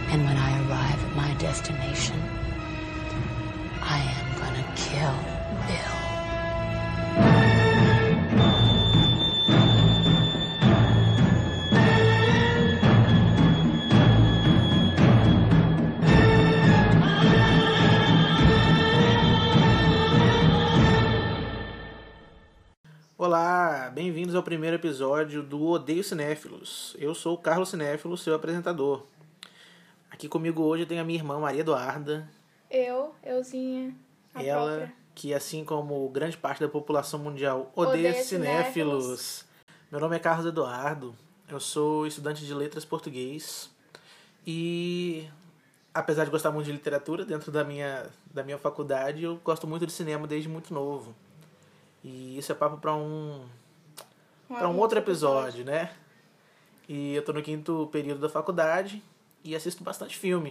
And when I arrive at my destination, I am gonna kill Bill. Olá, bem-vindos ao primeiro episódio do Odeio Cinéfilos. Eu sou o Carlos Cinéfilo, seu apresentador. Aqui comigo hoje tem a minha irmã Maria Eduarda. Euzinha, a Ela, própria. que assim como grande parte da população mundial odeia cinéfilos. Meu nome é Carlos Eduardo, eu sou estudante de letras português e, apesar de gostar muito de literatura dentro da minha faculdade, eu gosto muito de cinema desde muito novo. E isso é papo para um outro episódio, né? E eu tô no 5º período da faculdade e assisto bastante filme.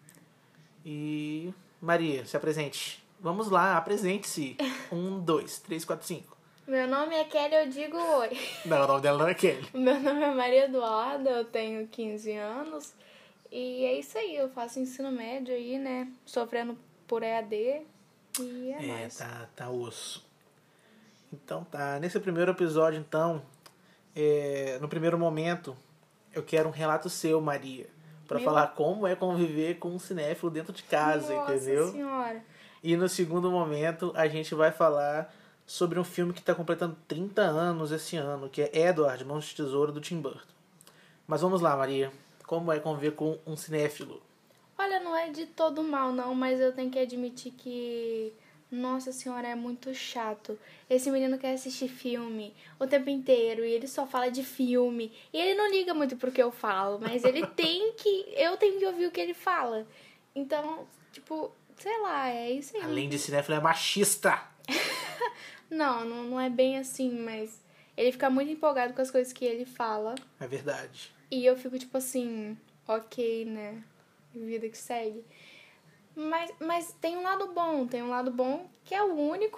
E Maria, se apresente. Vamos lá, apresente-se. 1, 2, 3, 4, 5. Meu nome é Kelly, eu digo oi. Não, o nome dela não é Kelly. Meu nome é Maria Eduarda, eu tenho 15 anos. E é isso aí, eu faço ensino médio aí, né? Sofrendo por EAD. E é nóis. Tá osso. Então tá, nesse primeiro episódio, então, no primeiro momento, eu quero um relato seu, Maria, pra falar como é conviver com um cinéfilo dentro de casa, entendeu? Nossa senhora. E no segundo momento, a gente vai falar sobre um filme que tá completando 30 anos esse ano, que é Edward, Mãos de Tesoura, do Tim Burton. Mas vamos lá, Maria, como é conviver com um cinéfilo? Olha, não é de todo mal não, mas eu tenho que admitir que... Nossa senhora, é muito chato. Esse menino quer assistir filme o tempo inteiro e ele só fala de filme. E ele não liga muito pro que eu falo, mas eu tenho que ouvir o que ele fala. Então, tipo, sei lá, é isso aí. Além de cinéfilo, é machista. Não é bem assim, mas ele fica muito empolgado com as coisas que ele fala. É verdade. E eu fico tipo assim, ok, né? Vida que segue. Mas tem um lado bom que é o único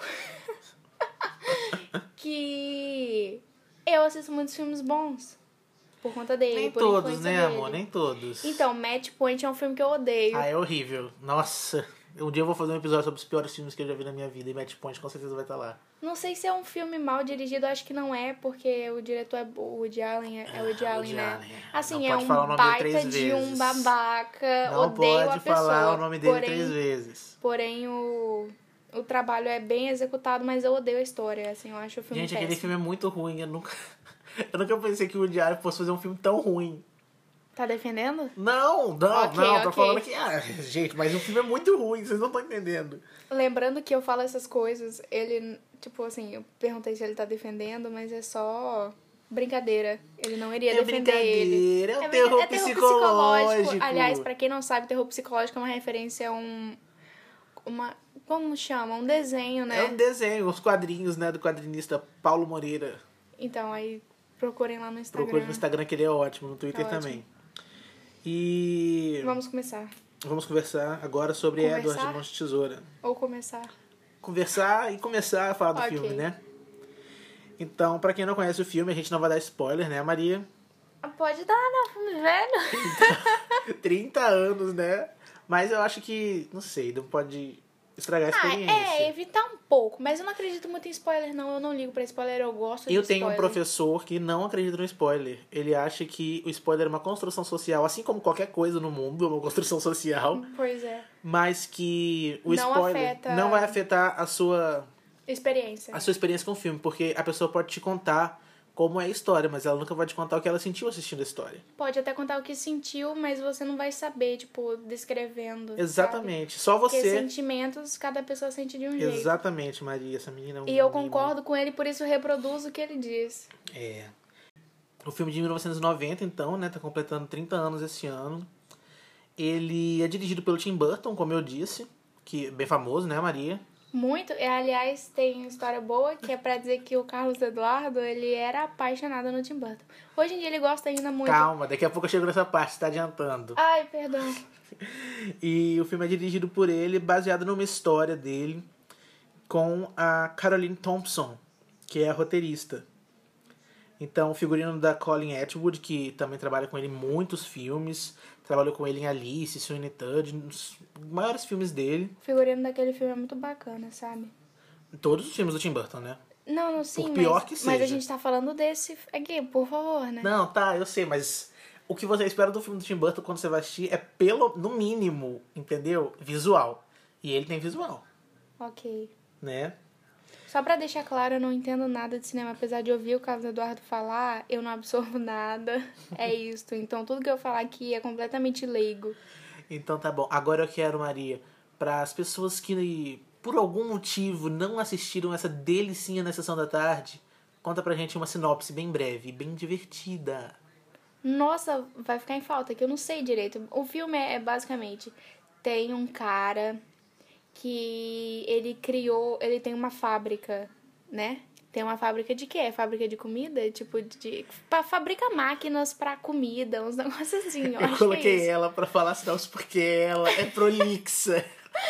que eu assisto muitos filmes bons por conta dele. Nem por todos, né, dele. amor? Nem todos. Então, Match Point é um filme que eu odeio. Ah, é horrível. Nossa, um dia eu vou fazer um episódio sobre os piores filmes que eu já vi na minha vida e Match Point com certeza vai estar lá. Não sei se é um filme mal dirigido, acho que não é, porque o diretor é o Woody Allen, é o Woody Allen, né? Assim, não é pode um falar o nome dele baita 3 de vezes. um babaca, Não odeio a pode pessoa. falar o nome dele 3 vezes. Porém, o trabalho é bem executado, mas eu odeio a história, assim, eu acho o filme Gente, péssimo. aquele filme é muito ruim, eu nunca pensei que o Woody Allen fosse fazer um filme tão ruim. Tá defendendo? Não, tô falando que... gente, mas o filme é muito ruim, vocês não estão entendendo. Lembrando que eu falo essas coisas, ele, tipo assim, eu perguntei se ele tá defendendo, mas é só brincadeira. Ele não iria defender ele. É um terror psicológico. Aliás, pra quem não sabe, terror psicológico é uma referência a como chama? Um desenho, né? É um desenho, os quadrinhos, né, do quadrinista Paulo Moreira. Então, aí procurem lá no Instagram. Procure no Instagram que ele é ótimo, no Twitter também. E... Vamos começar. Vamos conversar agora sobre Edward, Mãos de Tesoura. Ou começar. Conversar e começar a falar do filme, né? Então, pra quem não conhece o filme, a gente não vai dar spoiler, né, Maria? Pode dar, né? Filme velho. 30 anos, né? Mas eu acho que, não sei, não pode estragar a experiência. Evitar um pouco. Mas eu não acredito muito em spoiler, não. Eu não ligo pra spoiler, eu gosto de spoiler. Eu tenho um professor que não acredita no spoiler. Ele acha que o spoiler é uma construção social, assim como qualquer coisa no mundo é uma construção social. Pois é. Mas que o spoiler não vai afetar a sua experiência com o filme. Porque a pessoa pode te contar como é a história, mas ela nunca vai te contar o que ela sentiu assistindo a história. Pode até contar o que sentiu, mas você não vai saber, tipo, descrevendo. Exatamente. Sabe? Só você. Porque sentimentos, cada pessoa sente de um jeito. Exatamente, Maria. Essa menina é um E eu concordo com ele, por isso eu reproduzo o que ele diz. É. O filme de 1990, então, né? Tá completando 30 anos esse ano. Ele é dirigido pelo Tim Burton, como eu disse. Que é bem famoso, né, Maria? Muito. Aliás, tem uma história boa, que é pra dizer que o Carlos Eduardo, ele era apaixonado no Tim Burton. Hoje em dia ele gosta ainda muito. Calma, daqui a pouco eu chego nessa parte, você tá adiantando. Ai, perdão. E o filme é dirigido por ele, baseado numa história dele com a Caroline Thompson, que é a roteirista. Então, o figurino da Colleen Atwood, que também trabalha com ele em muitos filmes. Trabalhou com ele em Alice, Sweeney Todd, nos maiores filmes dele. O figurino daquele filme é muito bacana, sabe? Todos os filmes do Tim Burton, né? Não, sim, Por pior que mas seja. a gente tá falando desse aqui, por favor, né? Não, tá, eu sei, mas o que você espera do filme do Tim Burton quando você vai assistir é no mínimo, entendeu? Visual. E ele tem visual, Ok. né? Só pra deixar claro, eu não entendo nada de cinema. Apesar de ouvir o Carlos Eduardo falar, eu não absorvo nada. É isso. Então, tudo que eu falar aqui é completamente leigo. Então tá bom. Agora eu quero, Maria, para as pessoas que por algum motivo não assistiram essa delicinha na Sessão da Tarde, conta pra gente uma sinopse bem breve, bem divertida. Nossa, vai ficar em falta, que eu não sei direito. O filme é basicamente... Tem um cara que ele tem uma fábrica, né? Tem uma fábrica de quê? Fábrica de comida? Tipo, fabrica máquinas pra comida, uns negócios assim. Eu coloquei ela pra falar sinopse porque ela é prolixa.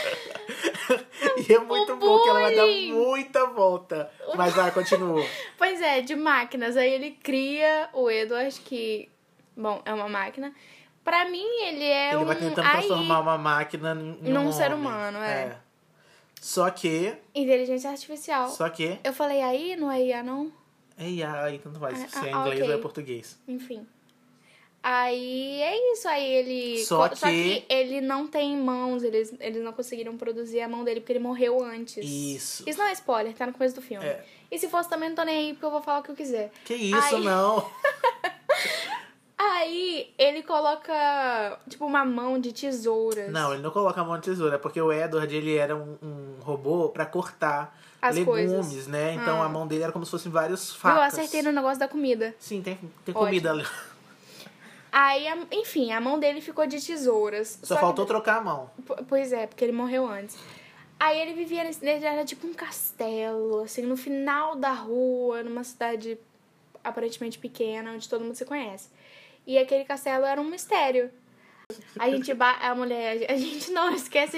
E é muito bom que ela vai dar muita volta. Mas vai, continua. Pois é, de máquinas. Aí ele cria o Edward, que, bom, é uma máquina. Pra mim, ele vai tentando transformar uma máquina num ser humano, é. Só que... Inteligência artificial. Só que... Eu falei aí, não é IA, não? É IA, aí tanto faz. Se é inglês ou é português. Enfim. Aí é isso, aí ele... Só que ele não tem mãos, eles não conseguiram produzir a mão dele porque ele morreu antes. Isso. Isso não é spoiler, tá no começo do filme. É. E se fosse também, não tô nem aí, porque eu vou falar o que eu quiser. Que isso, não? Aí ele coloca, tipo, uma mão de tesouras. Não, ele não coloca a mão de tesoura, porque o Edward, ele era um robô pra cortar as legumes, coisas, né? Então a mão dele era como se fossem vários facas. Eu acertei no negócio da comida. Sim, tem comida ali. Aí, enfim, a mão dele ficou de tesouras. Só faltou trocar a mão. Pois é, porque ele morreu antes. Aí ele vivia ele era tipo um castelo, assim, no final da rua, numa cidade aparentemente pequena, onde todo mundo se conhece. E aquele castelo era um mistério. A gente não esquece,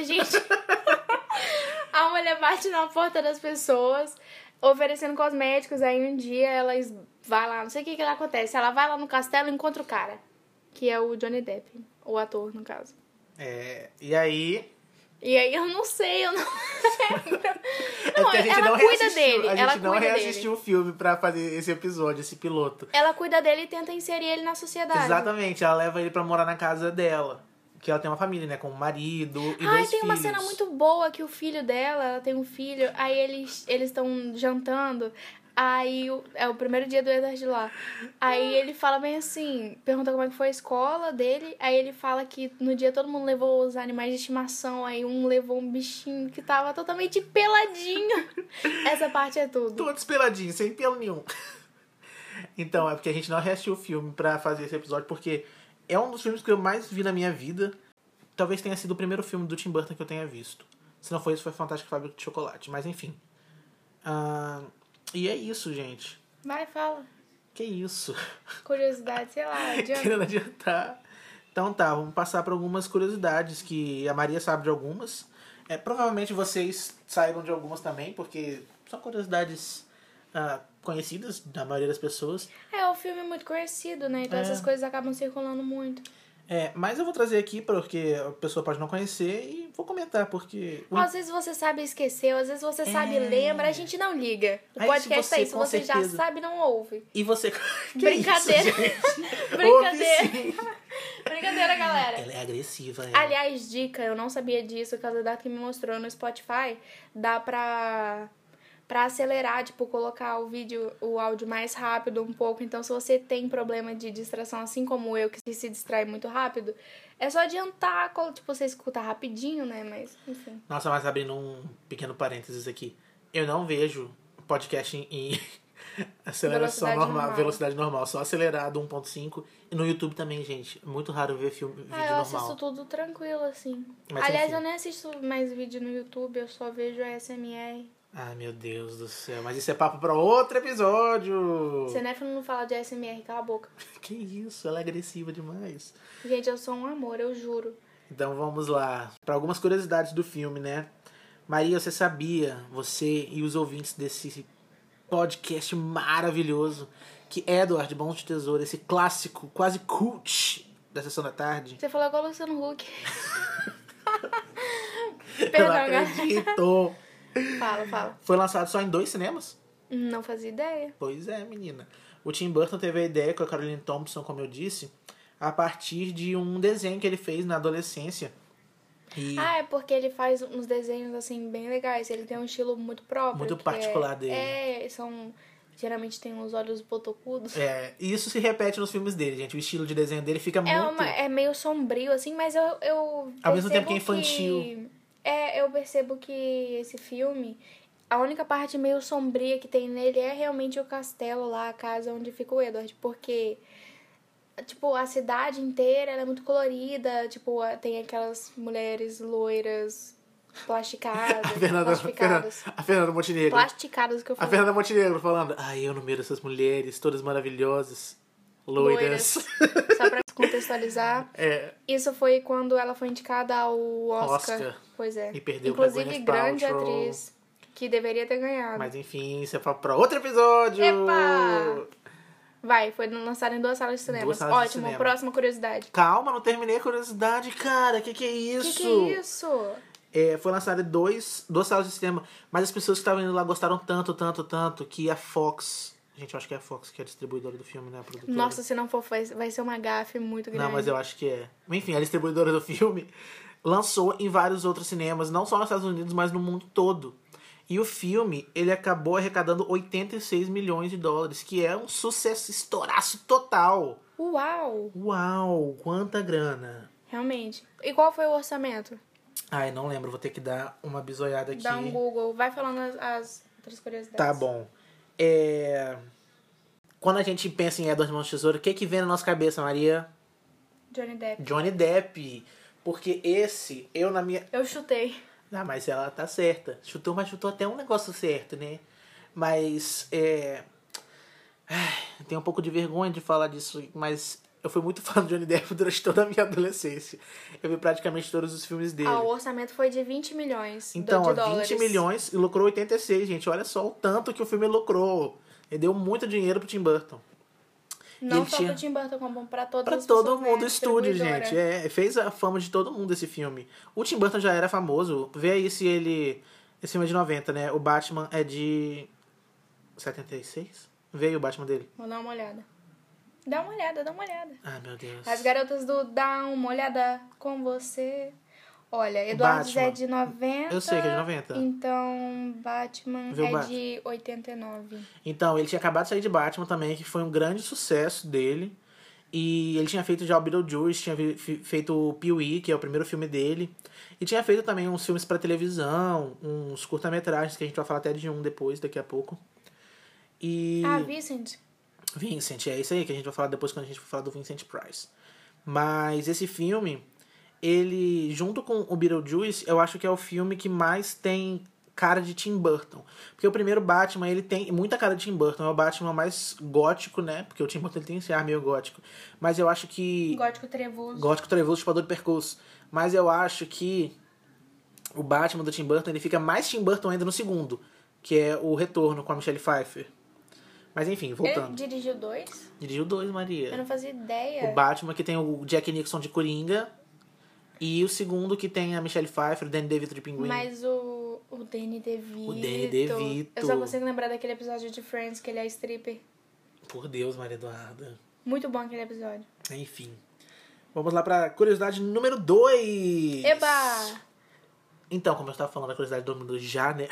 a mulher bate na porta das pessoas, oferecendo cosméticos. Aí um dia ela vai lá, não sei o que acontece. Ela vai lá no castelo e encontra o cara, que é o Johnny Depp, o ator, no caso. E aí eu não sei, eu não lembro. Não, a gente não cuida dele. A gente não reassistiu o filme pra fazer esse episódio, esse piloto. Ela cuida dele e tenta inserir ele na sociedade. Exatamente, ela leva ele pra morar na casa dela. Que ela tem uma família, né? Com um marido e 2 filhos. Tem uma cena muito boa que o filho dela, ela tem um filho, aí eles estão jantando. Aí é o primeiro dia do Edward lá. Aí ele fala bem assim, pergunta como é que foi a escola dele. Aí ele fala que no dia todo mundo levou os animais de estimação. Aí um levou um bichinho que tava totalmente peladinho. Essa parte é tudo. Todos peladinhos, sem pelo nenhum. Então, é porque a gente não reassistiu o filme pra fazer esse episódio, porque é um dos filmes que eu mais vi na minha vida. Talvez tenha sido o primeiro filme do Tim Burton que eu tenha visto. Se não foi isso, foi Fantástica Fábrica de Chocolate. Mas enfim. E é isso, gente. Vai, fala. Que isso? Curiosidade, sei lá, adianta. Querendo adiantar. Então tá, vamos passar por algumas curiosidades, que a Maria sabe de algumas. Provavelmente vocês saibam de algumas também, porque são curiosidades conhecidas da maioria das pessoas. O filme é muito conhecido, né? Então essas coisas acabam circulando muito. Mas eu vou trazer aqui porque a pessoa pode não conhecer e vou comentar, porque... Às vezes você sabe e esqueceu, às vezes você sabe e lembra, a gente não liga. O Aí, podcast é se isso, você, você já sabe e não ouve. E você... Brincadeira. Que isso, gente? Brincadeira. Brincadeira, galera. Ela é agressiva, Aliás, dica, eu não sabia disso, o caso da data que me mostrou no Spotify, dá pra acelerar, tipo, colocar o áudio mais rápido um pouco. Então, se você tem problema de distração, assim como eu, que se distrai muito rápido, é só adiantar, tipo, você escuta rapidinho, né? Mas, enfim. Nossa, mas abrindo um pequeno parênteses aqui. Eu não vejo podcast em aceleração velocidade normal, só acelerado 1.5. E no YouTube também, gente. É muito raro ver vídeo normal. Eu assisto tudo tranquilo, assim. Mas, aliás, enfim. eu nem assisto mais vídeo no YouTube, eu só vejo ASMR. Ai, meu Deus do céu. Mas isso é papo pra outro episódio. Cinéfilo não fala de ASMR, cala a boca. Que isso, ela é agressiva demais. Gente, eu sou um amor, eu juro. Então vamos lá. Pra algumas curiosidades do filme, né? Maria, você sabia, você e os ouvintes desse podcast maravilhoso, que Edward Mãos de Tesoura, esse clássico, quase cult da Sessão da Tarde. Você falou igual o Luciano Huck. Eu Perdão, não galera. acredito. Fala. Foi lançado só em 2 cinemas? Não fazia ideia. Pois é, menina. O Tim Burton teve a ideia com a Caroline Thompson, como eu disse, a partir de um desenho que ele fez na adolescência. E Ah, é porque ele faz uns desenhos, assim, bem legais. Ele tem um estilo muito próprio. muito que particular dele. Geralmente tem uns olhos botocudos. E isso se repete nos filmes dele, gente. O estilo de desenho dele fica muito... É meio sombrio, assim, mas eu Ao mesmo tempo que é percebo infantil. eu percebo que esse filme, a única parte meio sombria que tem nele é realmente o castelo lá, a casa onde fica o Edward. Porque, tipo, a cidade inteira ela é muito colorida. Tipo, tem aquelas mulheres loiras plasticadas. A Fernanda Montenegro. Plasticadas que eu A falei. Fernanda Montenegro falando, eu no meio dessas mulheres, todas maravilhosas, loiras. Só pra contextualizar. Isso foi quando ela foi indicada ao Oscar. Pois é. E perdeu pra Inclusive, Gwyneth grande Paltrow. atriz. Que deveria ter ganhado. Mas enfim, isso é pra outro episódio. Epa! Vai, foi lançado em 2 salas de cinema. 2 salas de Ótimo, cinema. próxima curiosidade. Calma, não terminei a curiosidade, cara. Que é isso? Que é isso? Foi lançado em 2 salas de cinema, mas as pessoas que estavam indo lá gostaram tanto, que a Fox... Gente, eu acho que é a Fox que é a distribuidora do filme, né? A produtora. Nossa, se não for, vai ser uma gafe muito grande. Não, mas eu acho que é. Enfim, a distribuidora do filme lançou em vários outros cinemas, não só nos Estados Unidos, mas no mundo todo. E o filme, ele acabou arrecadando 86 milhões de dólares, que é um sucesso, estouraço total. Uau, quanta grana. Realmente. E qual foi o orçamento? Ai, não lembro, vou ter que dar uma bisoiada aqui. Dá um Google, vai falando as outras curiosidades. Tá bom. Quando a gente pensa em Edward Mãos de Tesoura, o que vem na nossa cabeça, Maria? Johnny Depp. Porque esse, Eu chutei. Ah, mas ela tá certa. Chutou até um negócio certo, né? Mas, tenho um pouco de vergonha de falar disso, mas eu fui muito fã do Johnny Depp durante toda a minha adolescência. Eu vi praticamente todos os filmes dele. O orçamento foi de 20 milhões então, de dólares. 20 milhões e lucrou 86, gente. Olha só o tanto que o filme lucrou. Ele deu muito dinheiro pro Tim Burton. Não só pro Tim Burton, como pra todas pra as todo pessoas, mundo, né? estúdio, gente. Fez a fama de todo mundo esse filme. O Tim Burton já era famoso. Vê aí se ele... Esse filme é de 90, né? O Batman é de 76? Vê aí o Batman dele. Vou dar uma olhada. Dá uma olhada. Ai, meu Deus. As garotas do Dá uma olhada com você. Olha, Eduardo é de 90. Eu sei que é de 90. Então, Batman de 89. Então, ele tinha acabado de sair de Batman também, que foi um grande sucesso dele. E ele tinha feito já o Beetlejuice, tinha feito o Pee-wee, que é o primeiro filme dele. E tinha feito também uns filmes pra televisão, uns curta-metragens, que a gente vai falar até de um depois, daqui a pouco. E... Vincent, é isso aí que a gente vai falar depois quando a gente for falar do Vincent Price. Mas esse filme... ele, junto com o Beetlejuice, eu acho que é o filme que mais tem cara de Tim Burton. Porque o primeiro Batman, ele tem muita cara de Tim Burton. É o Batman mais gótico, né? Porque o Tim Burton ele tem esse ar meio gótico. Mas eu acho que... Gótico trevoso, chupador de percurso. Mas eu acho que o Batman do Tim Burton, ele fica mais Tim Burton ainda no segundo. Que é o Retorno, com a Michelle Pfeiffer. Mas enfim, voltando. Ele dirigiu 2? Dirigiu 2, Maria. Eu não fazia ideia. O Batman que tem o Jack Nicholson de Coringa... E o segundo que tem a Michelle Pfeiffer, o Danny DeVito de Pinguim. Mas o Danny DeVito... O Danny DeVito. Eu só consigo lembrar daquele episódio de Friends que ele é stripper. Por Deus, Maria Eduarda. Muito bom aquele episódio. Enfim. Vamos lá pra curiosidade número 2. Eba! Então, como eu estava falando da curiosidade do número 2 já, né?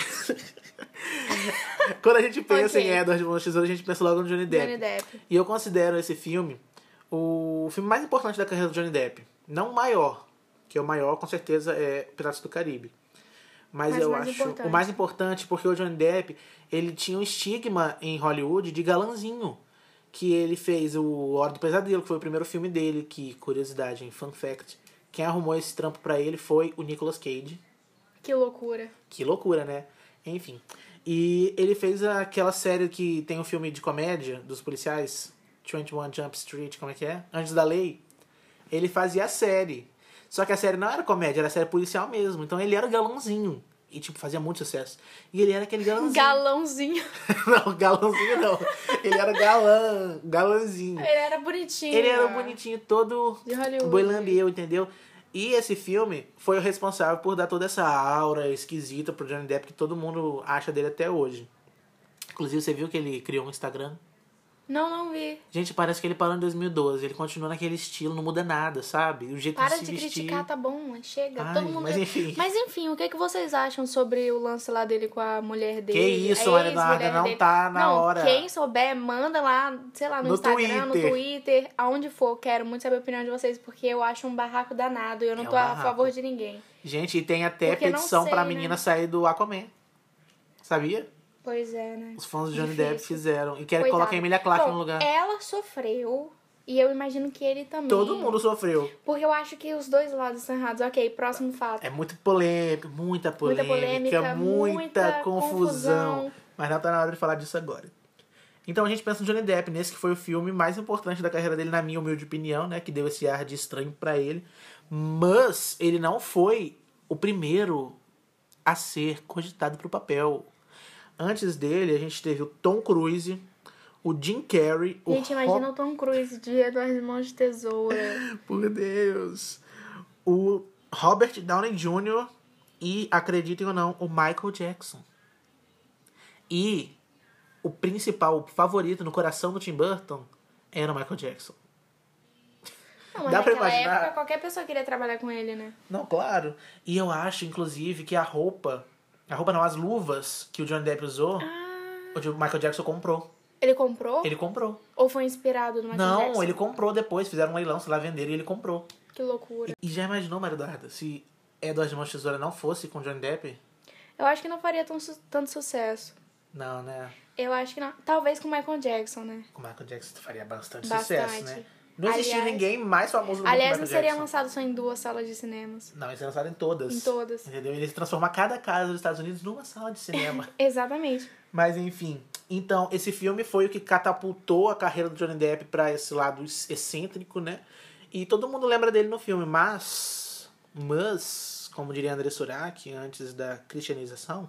Quando a gente pensa em Edward Mãos de Tesoura, a gente pensa logo no Johnny Depp. E eu considero esse filme o filme mais importante da carreira do Johnny Depp. Não o maior. Que o maior, com certeza, é Piratas do Caribe. Mas eu acho o mais importante porque o Johnny Depp, ele tinha um estigma em Hollywood de galanzinho. Que ele fez o Hora do Pesadelo, que foi o primeiro filme dele, que, curiosidade, fun fact, quem arrumou esse trampo pra ele foi o Nicolas Cage. Que loucura. Que loucura, né? Enfim. E ele fez aquela série que tem um filme de comédia dos policiais, 21 Jump Street, como é que é? Anjos da Lei. Ele fazia a série. Só que a série não era comédia, era série policial mesmo. Então ele era galãozinho. E, tipo, fazia muito sucesso. E ele era aquele galãzinho. Galãozinho. Não, galãozinho não. Ele era galãzinho. Ele era bonitinho. Ele era bonitinho, todo de Hollywood. boilambeu, entendeu? E esse filme foi o responsável por dar toda essa aura esquisita pro Johnny Depp que todo mundo acha dele até hoje. Inclusive, você viu que ele criou um Instagram? Não vi. Gente, parece que ele parou em 2012. Ele continua naquele estilo, não muda nada, sabe? O jeito Para de se de vestir. criticar, tá bom, chega. Ai, Todo mundo... mas enfim. o que vocês acham sobre o lance lá dele com a mulher dele? Que isso, Maria Eduarda, não dele? tá na hora. Quem souber, manda lá, sei lá, no Instagram, no Twitter, aonde for. Quero muito saber a opinião de vocês, porque eu acho um barraco danado e eu não tô a favor de ninguém. Gente, e tem até Porque petição pra né? menina sair do Aquaman. Sabia? Pois é, né? Os fãs do Johnny Difícil. Depp fizeram. E querem Coitado. colocar a Emilia Clarke Bom, no lugar. Ela sofreu e eu imagino que ele também. Todo mundo sofreu. Porque eu acho que os dois lados estão errados. Ok, próximo fato. É muito polêmica, muita polêmica, muita confusão. Mas não tá na hora de falar disso agora. Então a gente pensa no Johnny Depp, nesse que foi o filme mais importante da carreira dele, na minha humilde opinião, né? Que deu esse ar de estranho pra ele. Mas ele não foi o primeiro a ser cogitado pro papel. Antes dele, a gente teve o Tom Cruise, o Jim Carrey... Imagina o Tom Cruise de Edward Mãos de Tesoura. Por Deus! O Robert Downey Jr. e, acreditem ou não, o Michael Jackson. E o principal, o favorito no coração do Tim Burton era o Michael Jackson. Não, mas Dá pra naquela imaginar? época qualquer pessoa queria trabalhar com ele, né? Não, claro. E eu acho, inclusive, que a roupa não, as luvas que o Johnny Depp usou, o Michael Jackson comprou. Ele comprou? Ele comprou. Ou foi inspirado no Michael Não, Jackson? ele comprou depois, fizeram um leilão, sei lá, venderam e ele comprou. Que loucura. E já imaginou, Maria Eduarda, se Edward Mãos de Tesoura não fosse com Johnny Depp? Eu acho que não faria tanto sucesso. Não, né? Eu acho que não. Talvez com o Michael Jackson, né? Com o Michael Jackson faria bastante Bastante. sucesso, né? Não existia ninguém mais famoso do mundo que o Aliás, Michael não seria Jackson. lançado só em 2 salas de cinemas. Não, ele seria lançado em todas. Em todas. Entendeu? Ele se transforma cada casa dos Estados Unidos numa sala de cinema. Exatamente. Mas enfim. Então, esse filme foi o que catapultou a carreira do Johnny Depp pra esse lado excêntrico, né? E todo mundo lembra dele no filme, mas como diria André Surak, antes da cristianização,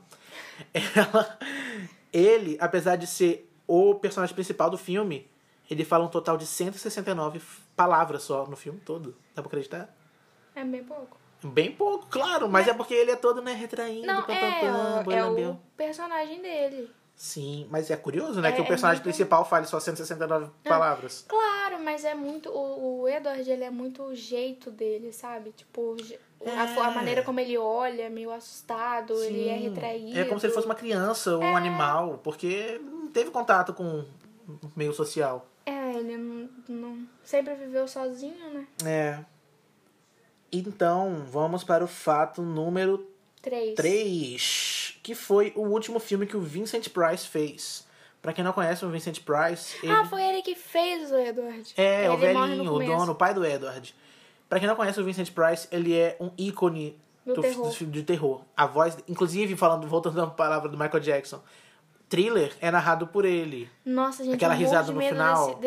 ele, apesar de ser o personagem principal do filme, ele fala um total de 169 palavras só no filme todo. Dá pra acreditar? É bem pouco. Bem pouco, claro, mas é porque ele é todo, né, retraindo, Não, é boilambeu. o personagem dele. Sim, mas é curioso, né, que o É personagem muito- principal fale só 169 palavras. Claro, mas é muito... O Edward, ele é muito o jeito dele, sabe? Tipo, a maneira como ele olha, meio assustado, ele é Sim. retraído. É como se ele fosse uma criança ou um animal, porque não teve contato com o meio social. Ele não sempre viveu sozinho, né? É. Então, vamos para o fato número 3, que foi o último filme que o Vincent Price fez. Pra quem não conhece o Vincent Price... Ele... Foi ele que fez o Edward. É, ele o morre velhinho, no o começo. dono, o pai do Edward. Pra quem não conhece o Vincent Price, ele é um ícone Do terror. dos filmes de terror. A voz, inclusive, voltando à palavra do Michael Jackson, Thriller é narrado por ele. Nossa, gente, Aquela eu morro risada de no medo final.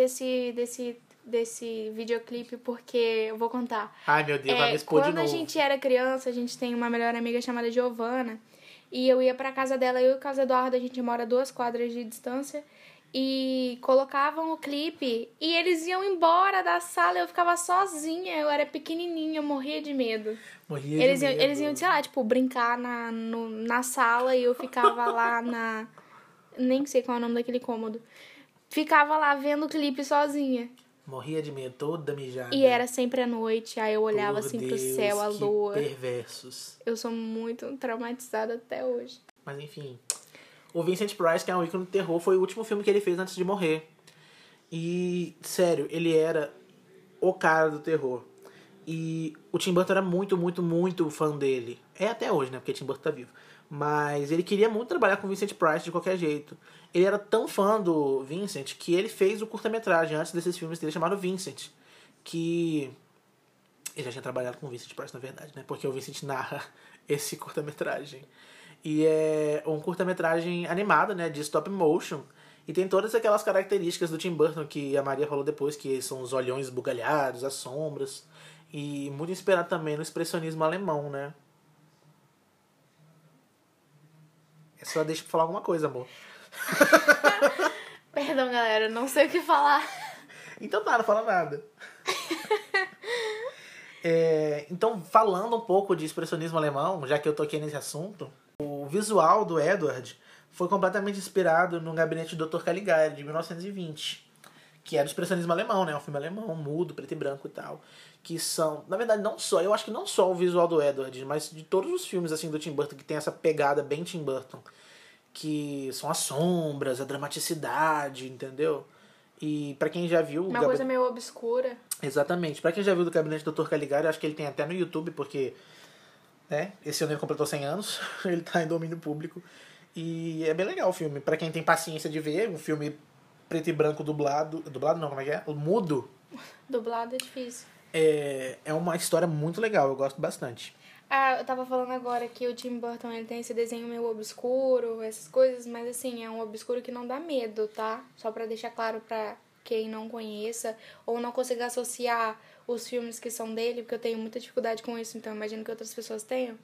desse videoclipe, porque eu vou contar. Ai, meu Deus, vai me expor de Quando a novo. gente era criança, a gente tem uma melhor amiga chamada Giovana, e eu ia pra casa dela, eu e o Carlos Eduardo, a gente mora a 2 quadras de distância, e colocavam o clipe, e eles iam embora da sala, eu ficava sozinha, eu era pequenininha, eu morria de medo. Morria Eles de medo. iam, sei lá, tipo, brincar na sala, e eu ficava lá nem sei qual é o nome daquele cômodo. Ficava lá vendo o clipe sozinha. Morria de medo, toda mijada. E era sempre à noite, aí eu olhava Por assim pro Deus, céu, a que lua. perversos. Eu sou muito traumatizada até hoje. Mas enfim. O Vincent Price, que é um ícone do terror, foi o último filme que ele fez antes de morrer. E, sério, ele era o cara do terror. E o Tim Burton era muito, muito, muito fã dele. É até hoje, né? Porque Tim Burton tá vivo. Mas ele queria muito trabalhar com o Vincent Price de qualquer jeito. Ele era tão fã do Vincent que ele fez o curta-metragem antes desses filmes dele chamado Vincent. Que ele já tinha trabalhado com o Vincent Price, na verdade, né? Porque o Vincent narra esse curta-metragem. E é um curta-metragem animado, né? De stop motion. E tem todas aquelas características do Tim Burton que a Maria falou depois, que são os olhões esbugalhados, as sombras. E muito inspirado também no expressionismo alemão, né? Só deixa pra falar alguma coisa, amor. Perdão, galera, não sei o que falar. Então tá, não fala nada. Então, falando um pouco de expressionismo alemão, já que eu toquei nesse assunto, o visual do Edward foi completamente inspirado no Gabinete do Dr. Caligari, de 1920. Que era o expressionismo alemão, né? Um filme alemão, mudo, preto e branco e tal. Que são, na verdade, eu acho que não só o visual do Edward, mas de todos os filmes assim do Tim Burton que tem essa pegada bem Tim Burton. Que são as sombras, a dramaticidade, entendeu? E pra quem já viu... Uma coisa meio obscura. Exatamente. Pra quem já viu do Gabinete do Dr. Caligari, eu acho que ele tem até no YouTube, porque... né, esse ano ele completou 100 anos, ele tá em domínio público. E é bem legal o filme. Pra quem tem paciência de ver, um filme preto e branco dublado... Dublado não, como é que é? Mudo. Dublado é difícil. É uma história muito legal, eu gosto bastante. Eu tava falando agora que o Tim Burton, ele tem esse desenho meio obscuro, essas coisas, mas assim, é um obscuro que não dá medo, tá? Só pra deixar claro pra quem não conheça ou não consiga associar os filmes que são dele, porque eu tenho muita dificuldade com isso, então imagino que outras pessoas tenham.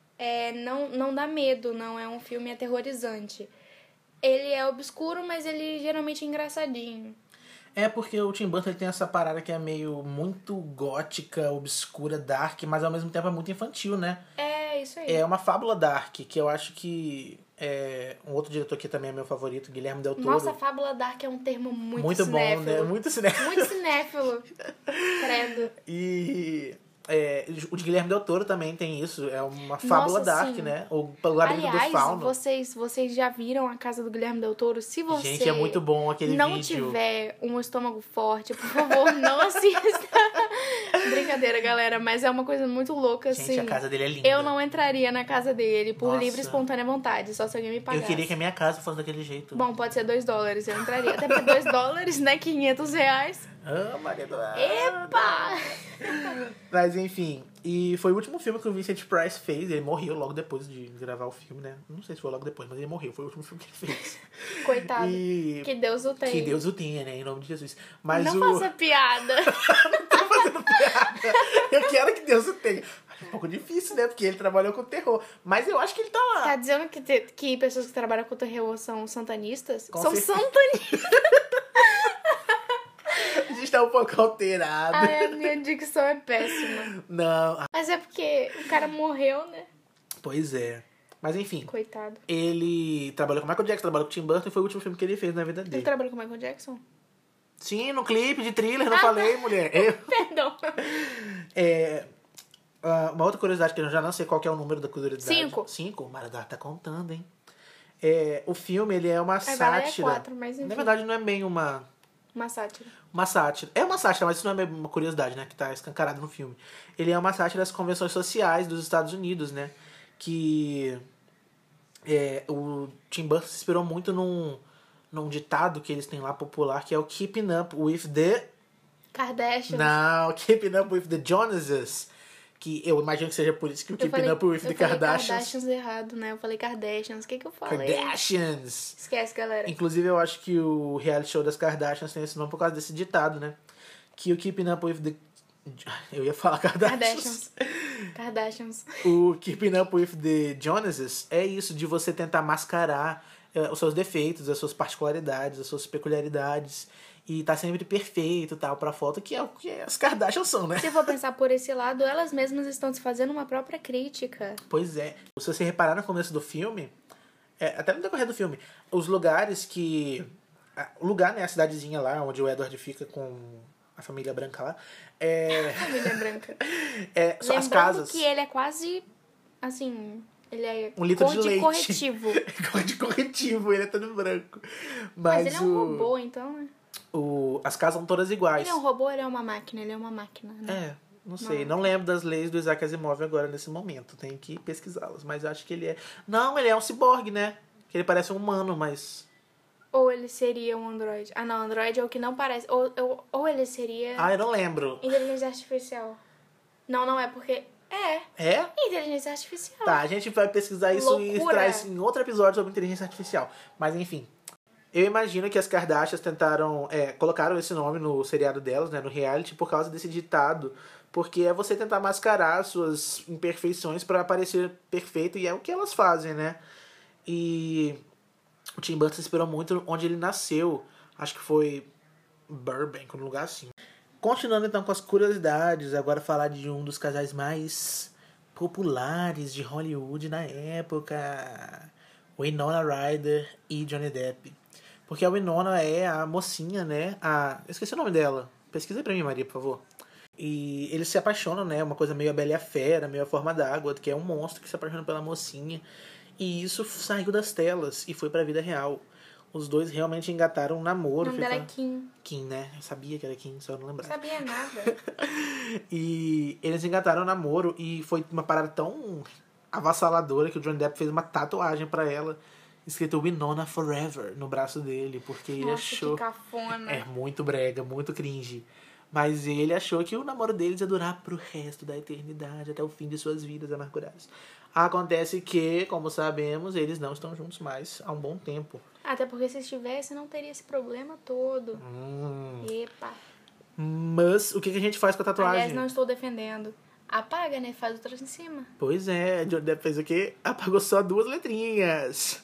Não dá medo, não é um filme aterrorizante. Ele é obscuro, mas ele geralmente é engraçadinho. É porque o Tim Burton ele tem essa parada que é meio muito gótica, obscura, dark, mas ao mesmo tempo é muito infantil, né? É, isso aí. É uma fábula dark, que eu acho que um outro diretor que também é meu favorito, Guilherme Del Toro. Nossa, fábula dark é um termo muito bom, cinéfilo. né? Muito cinéfilo. Muito cinéfilo. Credo. E o de Guilherme Del Toro também tem isso. É uma fábula dark, sim. né? O Labirinto do Fauno. Vocês já viram a casa do Guilherme Del Toro? Se você Gente, é muito bom aquele não vídeo. tiver um estômago forte, por favor, não assista. Brincadeira, galera, mas é uma coisa muito louca, assim. Gente, a casa dele é linda. Eu não entraria na casa dele por Nossa. livre e espontânea vontade, só se alguém me pagasse. Eu queria que a minha casa fosse daquele jeito. Bom, pode ser $2, eu entraria. Até por $2, né? R$500. Maria Eduarda. Epa! Mas enfim, e foi o último filme que o Vincent Price fez. Ele morreu logo depois de gravar o filme, né? Não sei se foi logo depois, mas ele morreu. Foi o último filme que ele fez. Coitado. E... Que Deus o tenha. Que Deus o tenha, né? Em nome de Jesus. Mas não faça piada. Não tô fazendo piada. Eu quero que Deus o tenha. É um pouco difícil, né? Porque ele trabalhou com terror. Mas eu acho que ele tá lá. Tá dizendo que pessoas que trabalham com terror são santanistas? Com são certeza. santanistas. A gente tá um pouco alterado. Ai, a minha dicção é péssima. Não. Mas é porque o cara morreu, né? Pois é. Mas enfim. Coitado. Ele trabalhou com Michael Jackson, trabalhou com Tim Burton e foi o último filme que ele fez na vida Ele dele. trabalhou com o Michael Jackson? Sim, no clipe de thriller, não falei, mulher. Perdão. Uma outra curiosidade que eu já não sei qual que é o número da curiosidade. 5. O Maradar tá contando, hein? O filme, ele é uma sátira. 4, mas enfim. Na verdade, não é bem uma sátira. Uma sátira. É uma sátira, mas isso não é uma curiosidade, né? Que tá escancarado no filme. Ele é uma sátira das convenções sociais dos Estados Unidos, né? Que o Tim Burton se inspirou muito num ditado que eles têm lá popular, que é o Keeping Up with the... Kardashians. Não, Keeping Up with the Jonases. Que eu imagino que seja por isso que o Keeping Up with the Kardashians... Kardashians errado, né? Eu falei Kardashians. O que eu falei? Kardashians! Esquece, galera. Inclusive, eu acho que o reality show das Kardashians tem esse nome por causa desse ditado, né? Que o Keeping Up with the... Eu ia falar Kardashians. Kardashians. O Keeping Up with the Jonases é isso, de você tentar mascarar os seus defeitos, as suas particularidades, as suas peculiaridades. E tá sempre perfeito, tal, pra foto, que é o que as Kardashians são, né? Se for pensar por esse lado, elas mesmas estão se fazendo uma própria crítica. Pois é. Se você reparar no começo do filme, até no decorrer do filme, os lugares que... O lugar, né, a cidadezinha lá, onde o Edward fica com a família branca lá. Família branca. São as casas. Que ele é quase, assim... Ele é um litro de leite. corretivo. Cor de corretivo, ele é todo branco. Mas ele é um robô, então, né? As casas são todas iguais. Ele é um robô ou ele é uma máquina? Ele é uma máquina, né? Não sei. Não lembro das leis do Isaac Asimov agora nesse momento. Tenho que pesquisá-las. Mas eu acho que ele é... Não, ele é um ciborgue, né? Que ele parece um humano, mas... Ou ele seria um androide. Ah, não. Androide é o que não parece. Ou ele seria... eu não lembro. Inteligência artificial. Não é porque... É? Inteligência artificial. Tá, a gente vai pesquisar isso e traz em outro episódio sobre inteligência artificial. Mas enfim... Eu imagino que as Kardashians colocaram esse nome no seriado delas, né, no reality, por causa desse ditado. Porque é você tentar mascarar suas imperfeições pra parecer perfeito, e é o que elas fazem, né? E o Tim Burton se inspirou muito onde ele nasceu. Acho que foi Burbank, um lugar assim. Continuando então com as curiosidades, agora falar de um dos casais mais populares de Hollywood na época. Winona Ryder e Johnny Depp. Porque a Winona é a mocinha, né? Eu esqueci o nome dela. Pesquisa aí pra mim, Maria, por favor. E eles se apaixonam, né? Uma coisa meio a Bela e a Fera, meio a Forma d'Água, que é um monstro que se apaixona pela mocinha. E isso saiu das telas e foi pra vida real. Os dois realmente engataram um namoro. O nome dela é Kim. Kim, né? Eu sabia que era Kim, só não lembrava. Não sabia nada. E eles engataram um namoro e foi uma parada tão avassaladora que o Johnny Depp fez uma tatuagem pra ela, escrito Winona Forever no braço dele, porque ele achou... que cafona. É muito brega, muito cringe. Mas ele achou que o namoro deles ia durar pro resto da eternidade, até o fim de suas vidas amarguradas. Acontece que, como sabemos, eles não estão juntos mais há um bom tempo. Até porque se estivesse, não teria esse problema todo. Epa. Mas o que a gente faz com a tatuagem? Aliás, não estou defendendo. Apaga, né? Faz outra em cima. Pois é, Johnny Depp fez o quê? Apagou só 2 letrinhas.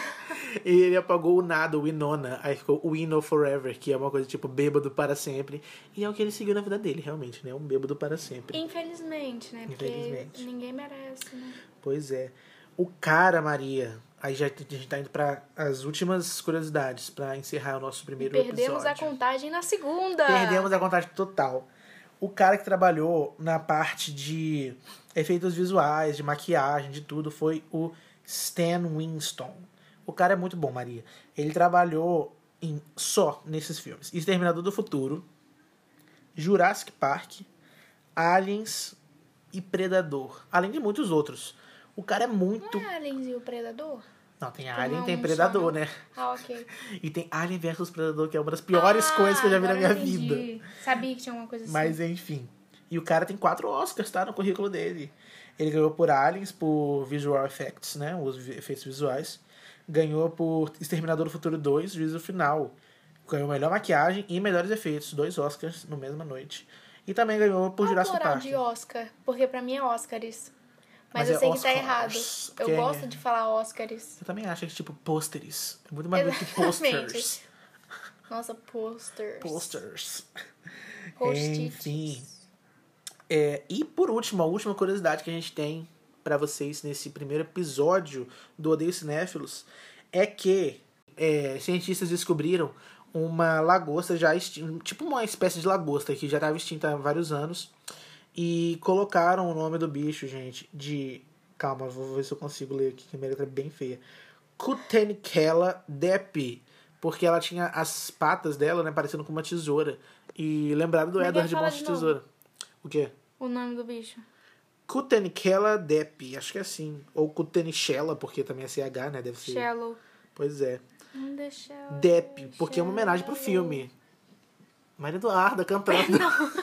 E ele apagou o nada, o Winona. Aí ficou Wino Forever, que é uma coisa tipo bêbado para sempre. E é o que ele seguiu na vida dele, realmente, né? Um bêbado para sempre. Infelizmente, né? Infelizmente. Porque ninguém merece, né? Pois é. O cara, Maria... Aí já a gente tá indo para as últimas curiosidades, para encerrar o nosso primeiro episódio. Perdemos a contagem na segunda. Perdemos a contagem total. O cara que trabalhou na parte de efeitos visuais, de maquiagem, de tudo, foi o Stan Winston. O cara é muito bom, Maria. Ele trabalhou só nesses filmes: Exterminador do Futuro, Jurassic Park, Aliens e Predador. Além de muitos outros. O cara é muito... Não é Aliens e o Predador? Não, tem Alien e tem Predador, né? Ah, ok. E tem Alien vs Predador, que é uma das piores coisas que eu já vi na minha vida. Sabia que tinha alguma coisa assim. Mas enfim. E o cara tem 4 Oscars, tá? No currículo dele. Ele ganhou por Aliens, por Visual Effects, né? Os efeitos visuais. Ganhou por Exterminador do Futuro 2, Juízo Final. Ganhou melhor maquiagem e melhores efeitos. 2 Oscars na mesma noite. E também ganhou por Jurassic Park. De Oscar, porque pra mim é Oscars. Mas eu sei que tá errado. Eu gosto de falar Oscars. Eu também acho que tipo pôsteres. É muito mais do que posters. Nossa, posters. Posters. Post-its. Enfim. E por último, a última curiosidade que a gente tem pra vocês nesse primeiro episódio do Odeio Cinéfilos é que cientistas descobriram uma lagosta já extinta, tipo uma espécie de lagosta que já estava extinta há vários anos. E colocaram o nome do bicho, gente, de... Calma, vou ver se eu consigo ler aqui, que a minha letra é bem feia. Kutenkela Depp. Porque ela tinha as patas dela, né, parecendo com uma tesoura. E lembraram do Edward de Mãos de Tesoura. O quê? O nome do bicho. Kutenkela Depp, acho que é assim. Ou Kutenishela, porque também é CH, né, deve ser. Shallow. Pois é. Depp, porque é uma homenagem pro filme. Maria Eduarda cantando.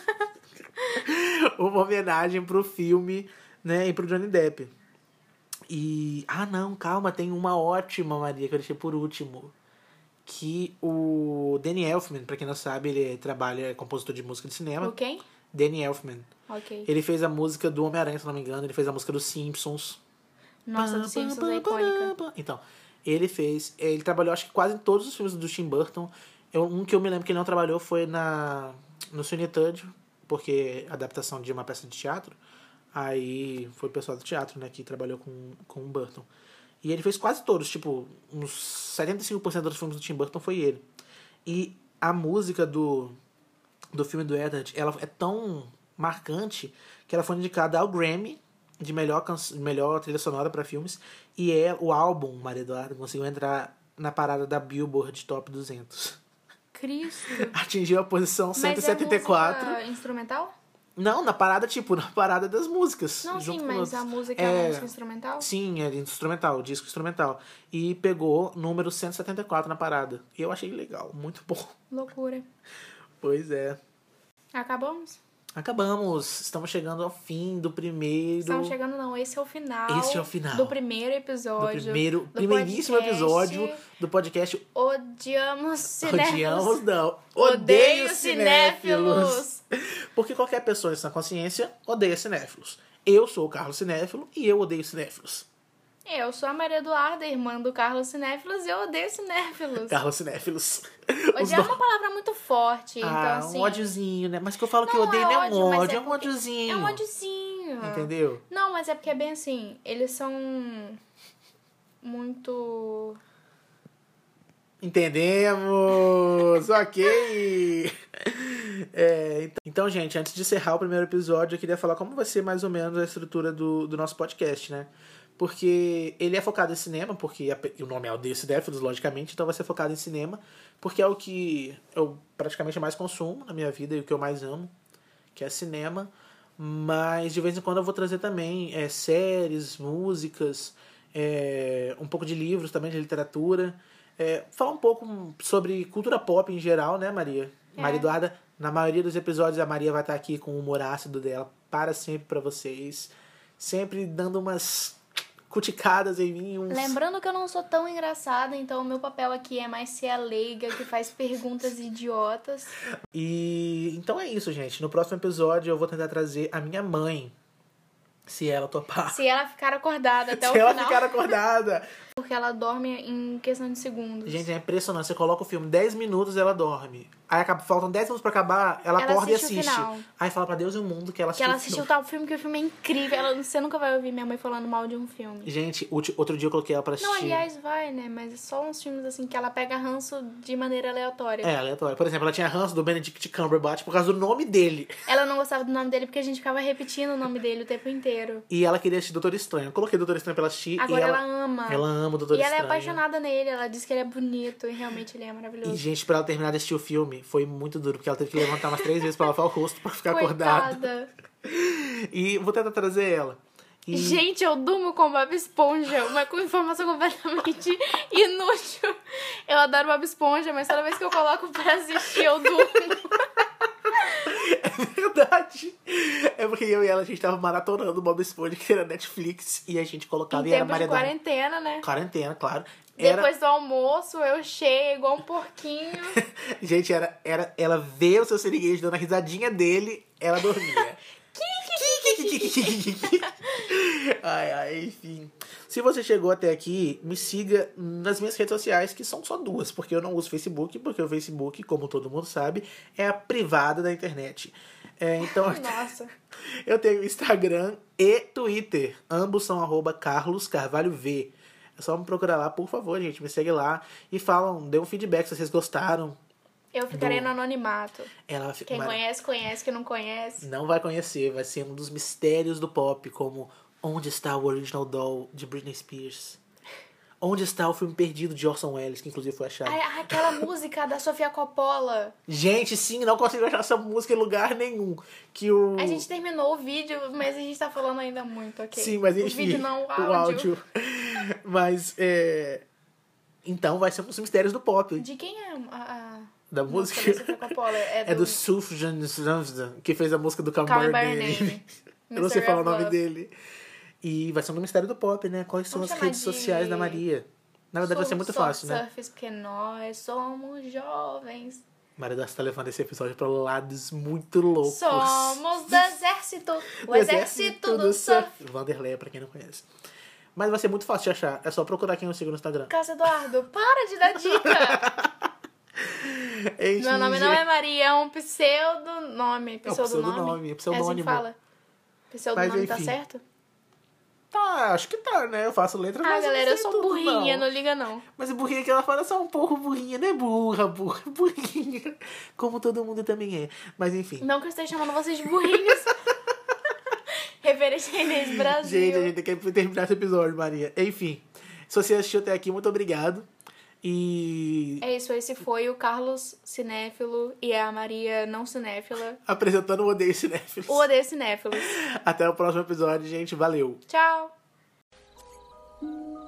Uma homenagem pro filme, né, e pro Johnny Depp. E... Ah, não, calma, tem uma ótima, Maria, que eu deixei por último. Que o Danny Elfman, pra quem não sabe, ele é compositor de música de cinema. O quem? Danny Elfman. Ok. Ele fez a música do Homem-Aranha, se não me engano. Ele fez a música dos Simpsons. Nossa, dos Simpsons é icônica. Então, ele trabalhou, acho que quase em todos os filmes do Tim Burton. Um que eu me lembro que ele não trabalhou foi no Sweeney Todd, porque adaptação de uma peça de teatro. Aí foi o pessoal do teatro, né, que trabalhou com o Burton. E ele fez quase todos, tipo, uns 75% dos filmes do Tim Burton foi ele. E a música do filme do Edward, ela é tão marcante que ela foi indicada ao Grammy de melhor trilha sonora para filmes. E o álbum, Maria Eduarda, conseguiu entrar na parada da Billboard Top 200. Cristo. Atingiu a posição 174. Mas é música instrumental? Não, na parada das músicas. Não, junto sim, com mas outros. a música é música instrumental? Sim, é instrumental, disco instrumental. E pegou número 174 na parada. E eu achei legal, muito bom. Loucura. Pois é. Acabamos? Acabamos. Estamos chegando ao fim do primeiro... Estamos chegando, não. Esse é o final. Esse é o final. Do primeiro episódio. Primeiríssimo episódio do podcast... Odiamos cinéfilos. Odiamos, não. Odeio cinéfilos. Porque qualquer pessoa em sua consciência odeia cinéfilos. Eu sou o Carlos Cinéfilo e eu odeio cinéfilos. Eu sou a Maria Eduarda, irmã do Carlos Cinéfilos, e eu odeio cinéfilos. Carlos Cinéfilos. Odiar é uma palavra muito forte, então assim... um ódiozinho, né? Mas que eu falo que eu odeio não é um ódio, é um ódiozinho. É um ódiozinho. Entendeu? Não, mas é porque é bem assim, eles são muito... Entendemos! Ok! Então, gente, antes de encerrar o primeiro episódio, eu queria falar como vai ser mais ou menos a estrutura do nosso podcast, né? Porque ele é focado em cinema, porque o nome é Odeio Cinéfilos, logicamente, então vai ser focado em cinema, porque é o que eu praticamente mais consumo na minha vida e o que eu mais amo, que é cinema. Mas de vez em quando eu vou trazer também séries, músicas, um pouco de livros também, de literatura. Falar um pouco sobre cultura pop em geral, né, Maria? Maria Eduarda, na maioria dos episódios a Maria vai estar aqui com o humor ácido dela para sempre para vocês. Sempre dando umas cuticadas em mim. Lembrando que eu não sou tão engraçada, então o meu papel aqui é mais ser a leiga que faz perguntas idiotas. E então é isso, gente. No próximo episódio eu vou tentar trazer a minha mãe, se ela topar. Se ela ficar acordada até o final. Se ela ficar acordada. Porque ela dorme em questão de segundos. Gente, é impressionante. Você coloca o filme 10 minutos ela dorme. Aí faltam 10 minutos pra acabar, ela acorda e assiste. Aí fala pra Deus e o mundo que ela assistiu. Que ela assistiu tal filme, que o filme é incrível. Você nunca vai ouvir minha mãe falando mal de um filme. Gente, outro dia eu coloquei ela pra assistir. Não, aliás, vai, né? Mas é só uns filmes assim que ela pega ranço de maneira aleatória. Aleatória. Por exemplo, ela tinha ranço do Benedict Cumberbatch por causa do nome dele. Ela não gostava do nome dele porque a gente ficava repetindo o nome dele o tempo inteiro. E ela queria assistir Doutor Estranho. Eu coloquei Doutor Estranho pra ela assistir. Agora e ela ama. Ela ama o Doutor Estranho. E ela é apaixonada nele. Ela diz que ele é bonito e realmente ele é maravilhoso. E, gente, pra ela terminar de assistir o filme, foi muito duro. Porque ela teve que levantar umas 3 vezes pra lavar o rosto pra ficar acordada. E vou tentar trazer ela. Gente, eu durmo com Bob Esponja, uma informação completamente inútil. Eu adoro Bob Esponja, mas toda vez que eu coloco pra assistir, eu durmo. É verdade. É porque eu e ela, a gente tava maratonando o Bob Esponja, que era Netflix, e a gente colocava em e era tempo de quarentena, né? Quarentena, claro. Depois do almoço, eu cheio igual um porquinho. Gente, ela vê o seu siriguejo dando a risadinha dele, ela dormia. Ai, enfim. Se você chegou até aqui, me siga nas minhas redes sociais, que são só 2, porque eu não uso Facebook, porque o Facebook, como todo mundo sabe, é a privada da internet. Então, nossa. Eu tenho Instagram e Twitter. Ambos são @CarlosCarvalhoV. É só me procurar lá, por favor, gente. Me segue lá e dê um feedback se vocês gostaram. Eu ficarei no anonimato. Quem conhece, conhece. Quem não conhece... Não vai conhecer. Vai ser um dos mistérios do pop, como onde está o Original Doll de Britney Spears? Onde está o filme perdido de Orson Welles, que inclusive foi achado? Aquela música da Sofia Coppola. Gente, sim, não consigo achar essa música em lugar nenhum. A gente terminou o vídeo, mas a gente tá falando ainda muito, ok? Sim, mas enfim. O vídeo não, o áudio. Mas, então vai ser um dos mistérios do pop. De quem é da música? Da Sofia Coppola. É do Sufjan Stevens, que fez a música do Come By Name. Eu não sei falar o nome dele. E vai ser um mistério do pop, né? Quais são as redes sociais da Maria? Na verdade vai ser muito fácil, né? Surfers, porque nós somos jovens. Maria Eduarda está levando esse episódio para lados muito loucos. Somos do exército. O exército do surf. Vanderlei, pra quem não conhece. Mas vai ser muito fácil de achar. É só procurar quem eu sigo no Instagram. Carlos Eduardo, para de dar dica. Meu nome não é Maria, é um pseudonome. Pseudonome. É assim que fala. Pseudonome tá certo? Tá, acho que tá, né? Eu faço letra, mas galera, eu sou tudo, burrinha, não liga não. Mas burrinha que ela fala é só um pouco burrinha, né? Burrinha. Como todo mundo também é. Mas enfim. Não que eu esteja chamando vocês de burrinhos. Referência a Inês Brasil. Gente, a gente tem que terminar esse episódio, Maria. Enfim, se você assistiu até aqui, muito obrigado. E... é isso, esse foi o Carlos Cinéfilo e a Maria não cinéfila. Apresentando o Odeio Cinéfilos. O Odeio Cinéfilos. Até o próximo episódio, gente. Valeu. Tchau.